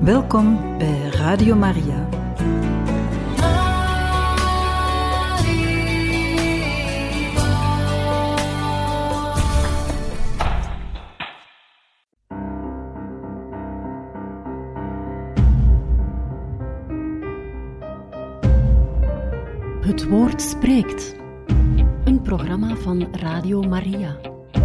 Welkom bij Radio Maria. Het woord spreekt. Een programma van Radio Maria.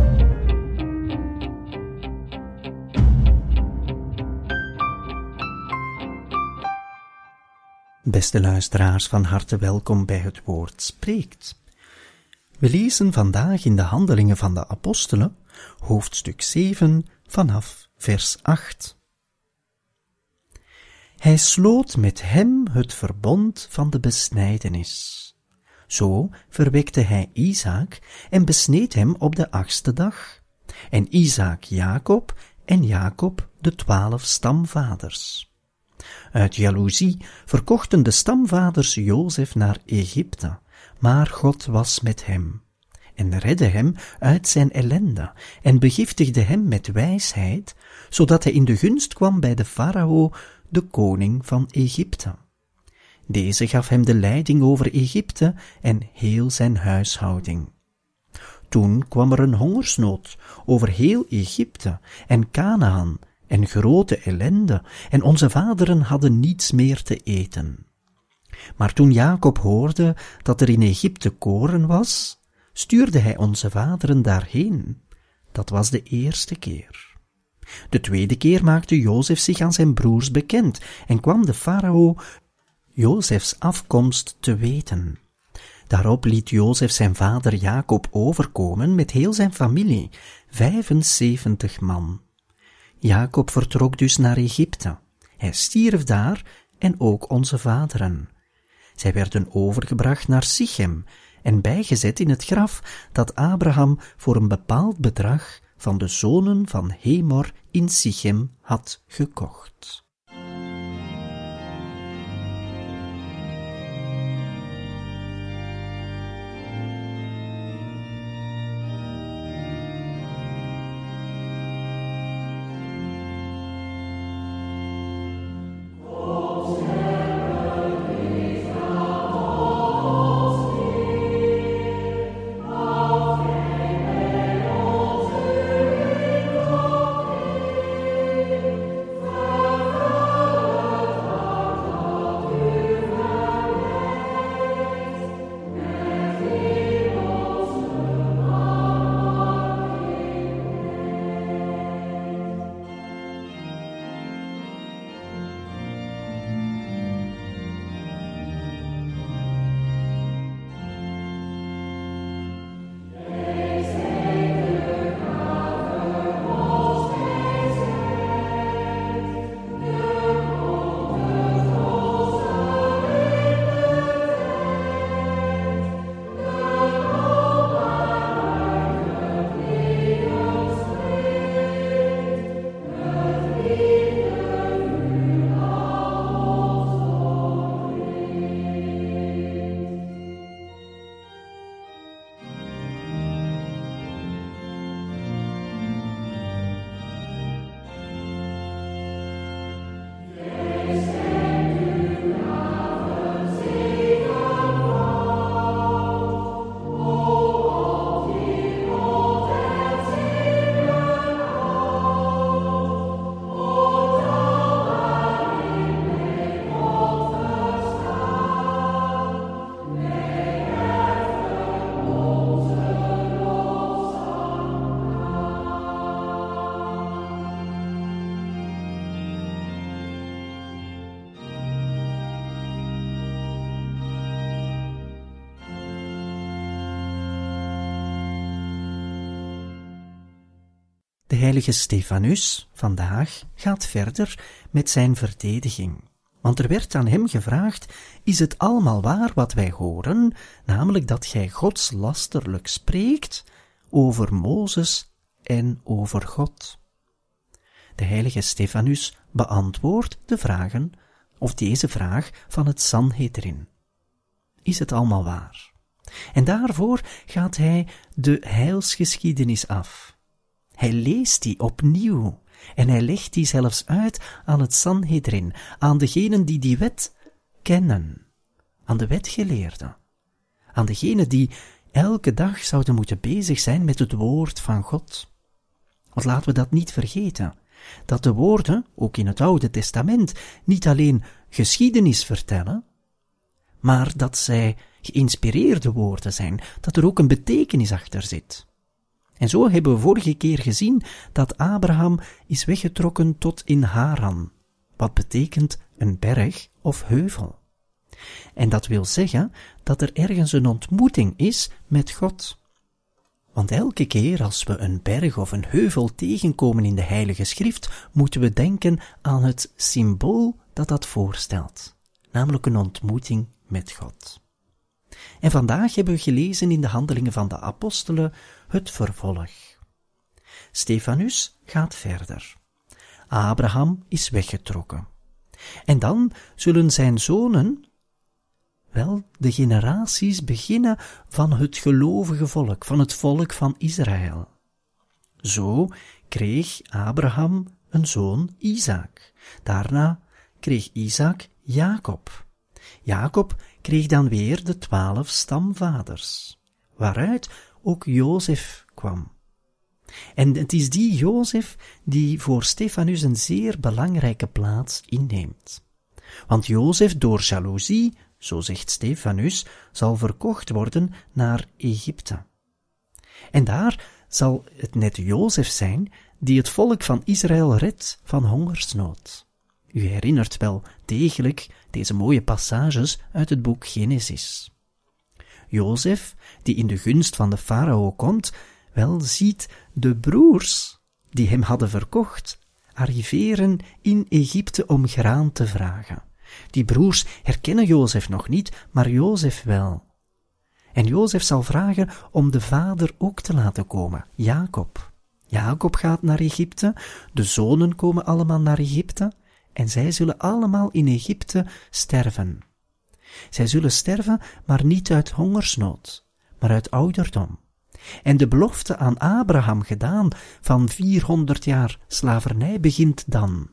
Beste luisteraars, van harte welkom bij het woord spreekt. We lezen vandaag in de Handelingen van de Apostelen, hoofdstuk 7, vanaf vers 8. Hij sloot met hem het verbond van de besnijdenis. Zo verwekte hij Isaak en besneed hem op de 8e dag, en Isaak Jacob en Jacob de 12 stamvaders. Uit jaloezie verkochten de stamvaders Jozef naar Egypte, maar God was met hem en redde hem uit zijn ellende en begiftigde hem met wijsheid, zodat hij in de gunst kwam bij de farao, de koning van Egypte. Deze gaf hem de leiding over Egypte en heel zijn huishouding. Toen kwam er een hongersnood over heel Egypte en Kanaan en grote ellende, en onze vaderen hadden niets meer te eten. Maar toen Jacob hoorde dat er in Egypte koren was, stuurde hij onze vaderen daarheen. Dat was de eerste keer. De tweede keer maakte Jozef zich aan zijn broers bekend en kwam de farao Jozefs afkomst te weten. Daarop liet Jozef zijn vader Jacob overkomen met heel zijn familie, 75 man. Jacob vertrok dus naar Egypte. Hij stierf daar en ook onze vaderen. Zij werden overgebracht naar Sichem en bijgezet in het graf dat Abraham voor een bepaald bedrag van de zonen van Hemor in Sichem had gekocht. De heilige Stefanus vandaag gaat verder met zijn verdediging. Want er werd aan hem gevraagd, is het allemaal waar wat wij horen, namelijk dat gij godslasterlijk spreekt over Mozes en over God? De heilige Stefanus beantwoordt de vragen, of deze vraag van het Sanhedrin. Is het allemaal waar? En daarvoor gaat hij de heilsgeschiedenis af. Hij leest die opnieuw En hij legt die zelfs uit aan het Sanhedrin, aan degenen die die wet kennen, aan de wetgeleerden, aan degenen die elke dag zouden moeten bezig zijn met het woord van God. Want laten we dat niet vergeten, dat de woorden, ook in het Oude Testament, niet alleen geschiedenis vertellen, maar dat zij geïnspireerde woorden zijn, dat er ook een betekenis achter zit. En zo hebben we vorige keer gezien dat Abraham is weggetrokken tot in Haran, wat betekent een berg of heuvel. En dat wil zeggen dat er ergens een ontmoeting is met God. Want elke keer als we een berg of een heuvel tegenkomen in de Heilige Schrift, moeten we denken aan het symbool dat dat voorstelt, namelijk een ontmoeting met God. En vandaag hebben we gelezen in de Handelingen van de Apostelen het vervolg. Stefanus gaat verder. Abraham is weggetrokken. En dan zullen zijn zonen, de generaties beginnen van het gelovige volk, van het volk van Israël. Zo kreeg Abraham een zoon, Isaac. Daarna kreeg Isaac Jacob. Jacob kreeg dan weer de 12 stamvaders, waaruit ook Jozef kwam. En het is die Jozef die voor Stefanus een zeer belangrijke plaats inneemt. Want Jozef door jaloezie, zo zegt Stefanus, zal verkocht worden naar Egypte. En daar zal het net Jozef zijn die het volk van Israël redt van hongersnood. U herinnert wel degelijk deze mooie passages uit het boek Genesis. Jozef, die in de gunst van de farao komt, ziet de broers die hem hadden verkocht arriveren in Egypte om graan te vragen. Die broers herkennen Jozef nog niet, maar Jozef wel. En Jozef zal vragen om de vader ook te laten komen, Jacob. Jacob gaat naar Egypte, de zonen komen allemaal naar Egypte, en zij zullen allemaal in Egypte sterven. Zij zullen sterven, maar niet uit hongersnood, maar uit ouderdom. En de belofte aan Abraham gedaan van 400 jaar slavernij begint dan.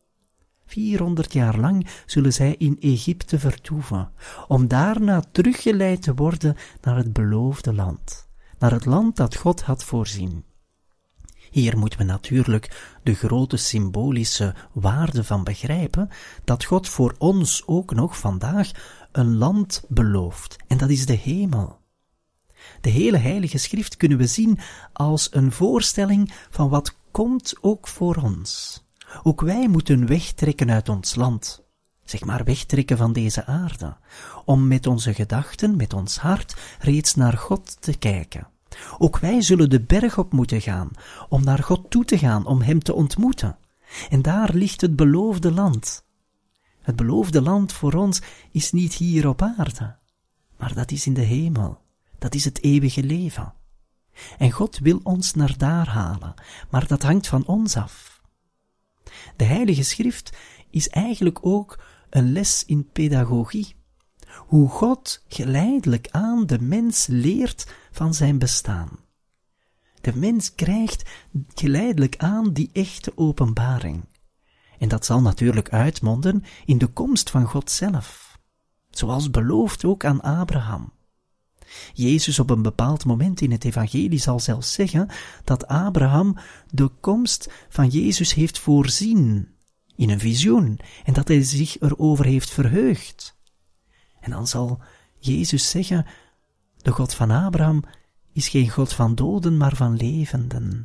400 jaar lang zullen zij in Egypte vertoeven, om daarna teruggeleid te worden naar het beloofde land, naar het land dat God had voorzien. Hier moeten we natuurlijk de grote symbolische waarde van begrijpen, dat God voor ons ook nog vandaag een land belooft, en dat is de hemel. De hele Heilige Schrift kunnen we zien als een voorstelling van wat komt ook voor ons. Ook wij moeten wegtrekken uit ons land, zeg maar wegtrekken van deze aarde, om met onze gedachten, met ons hart, reeds naar God te kijken. Ook wij zullen de berg op moeten gaan, om naar God toe te gaan, om hem te ontmoeten. En daar ligt het beloofde land. Het beloofde land voor ons is niet hier op aarde, maar dat is in de hemel. Dat is het eeuwige leven. En God wil ons naar daar halen, maar dat hangt van ons af. De Heilige Schrift is eigenlijk ook een les in pedagogie. Hoe God geleidelijk aan de mens leert van zijn bestaan. De mens krijgt geleidelijk aan die echte openbaring. En dat zal natuurlijk uitmonden in de komst van God zelf. Zoals beloofd ook aan Abraham. Jezus op een bepaald moment in het evangelie zal zelfs zeggen dat Abraham de komst van Jezus heeft voorzien in een visioen en dat hij zich erover heeft verheugd. En dan zal Jezus zeggen, de God van Abraham is geen God van doden, maar van levenden.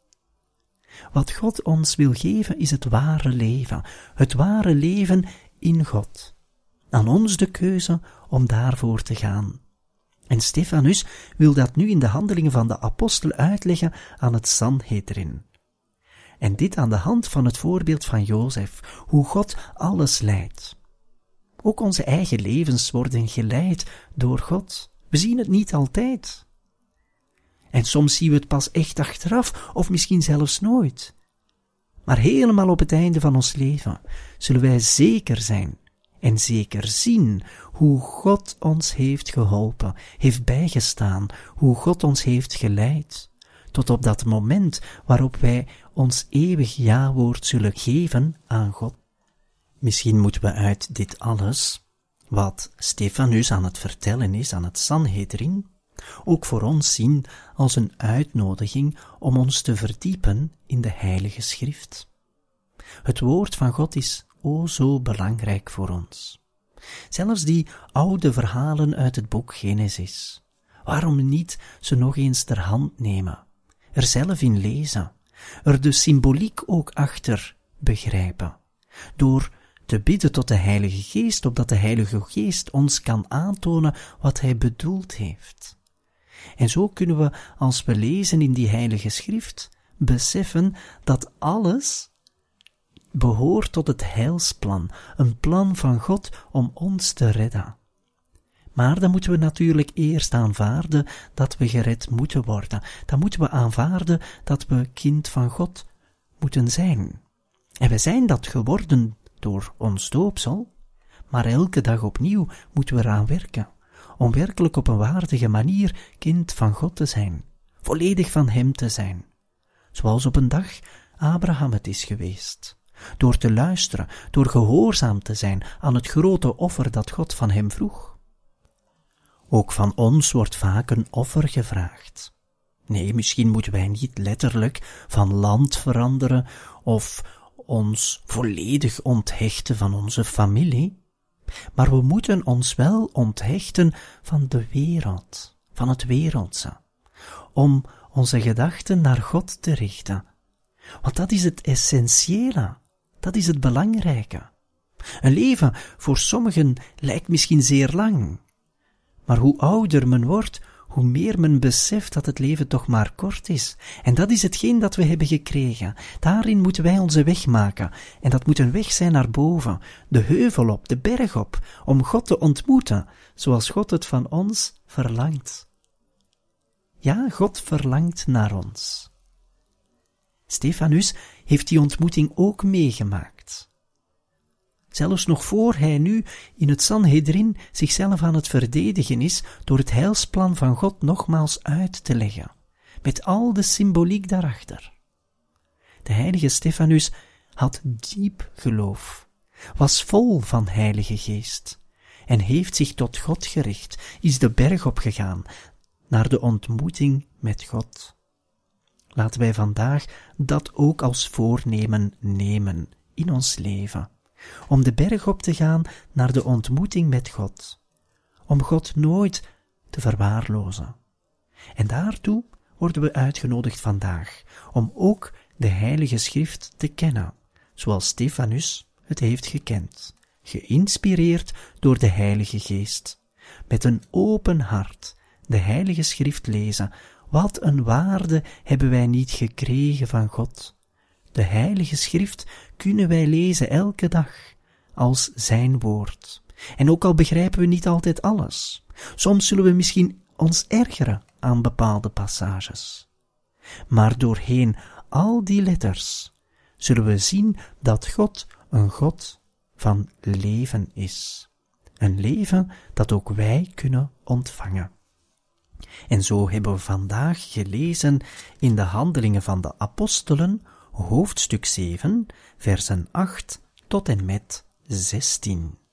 Wat God ons wil geven is het ware leven in God. Aan ons de keuze om daarvoor te gaan. En Stefanus wil dat nu in de Handelingen van de Apostelen uitleggen aan het Sanhedrin. En dit aan de hand van het voorbeeld van Jozef, hoe God alles leidt. Ook onze eigen levens worden geleid door God. We zien het niet altijd. En soms zien we het pas echt achteraf, of misschien zelfs nooit. Maar helemaal op het einde van ons leven zullen wij zeker zijn en zeker zien hoe God ons heeft geholpen, heeft bijgestaan, hoe God ons heeft geleid, tot op dat moment waarop wij ons eeuwig ja-woord zullen geven aan God. Misschien moeten we uit dit alles, wat Stefanus aan het vertellen is aan het Sanhedrin, ook voor ons zien als een uitnodiging om ons te verdiepen in de Heilige Schrift. Het woord van God is o zo belangrijk voor ons. Zelfs die oude verhalen uit het boek Genesis. Waarom niet ze nog eens ter hand nemen, er zelf in lezen, er de symboliek ook achter begrijpen, door te bidden tot de Heilige Geest, opdat de Heilige Geest ons kan aantonen wat Hij bedoeld heeft. En zo kunnen we, als we lezen in die Heilige Schrift, beseffen dat alles behoort tot het heilsplan, een plan van God om ons te redden. Maar dan moeten we natuurlijk eerst aanvaarden dat we gered moeten worden. Dan moeten we aanvaarden dat we kind van God moeten zijn. En we zijn dat geworden door ons doopsel, maar elke dag opnieuw moeten we eraan werken, om werkelijk op een waardige manier kind van God te zijn, volledig van Hem te zijn, zoals op een dag Abraham het is geweest, door te luisteren, door gehoorzaam te zijn aan het grote offer dat God van hem vroeg. Ook van ons wordt vaak een offer gevraagd. Nee, misschien moeten wij niet letterlijk van land veranderen of ons volledig onthechten van onze familie, maar we moeten ons wel onthechten van de wereld, van het wereldse, om onze gedachten naar God te richten. Want dat is het essentiële, dat is het belangrijke. Een leven voor sommigen lijkt misschien zeer lang, maar hoe ouder men wordt, hoe meer men beseft dat het leven toch maar kort is. En dat is hetgeen dat we hebben gekregen. Daarin moeten wij onze weg maken. En dat moet een weg zijn naar boven, de heuvel op, de berg op, om God te ontmoeten, zoals God het van ons verlangt. Ja, God verlangt naar ons. Stefanus heeft die ontmoeting ook meegemaakt. Zelfs nog voor hij nu in het Sanhedrin zichzelf aan het verdedigen is door het heilsplan van God nogmaals uit te leggen, met al de symboliek daarachter. De heilige Stefanus had diep geloof, was vol van Heilige Geest en heeft zich tot God gericht, is de berg opgegaan naar de ontmoeting met God. Laten wij vandaag dat ook als voornemen nemen in ons leven, om de berg op te gaan naar de ontmoeting met God, om God nooit te verwaarlozen. En daartoe worden we uitgenodigd vandaag, om ook de Heilige Schrift te kennen, zoals Stefanus het heeft gekend, geïnspireerd door de Heilige Geest, met een open hart de Heilige Schrift lezen. Wat een waarde hebben wij niet gekregen van God. De Heilige Schrift kunnen wij lezen elke dag, als zijn woord. En ook al begrijpen we niet altijd alles, soms zullen we misschien ons ergeren aan bepaalde passages. Maar doorheen al die letters zullen we zien dat God een God van leven is. Een leven dat ook wij kunnen ontvangen. En zo hebben we vandaag gelezen in de Handelingen van de Apostelen, hoofdstuk 7, versen 8 tot en met 16.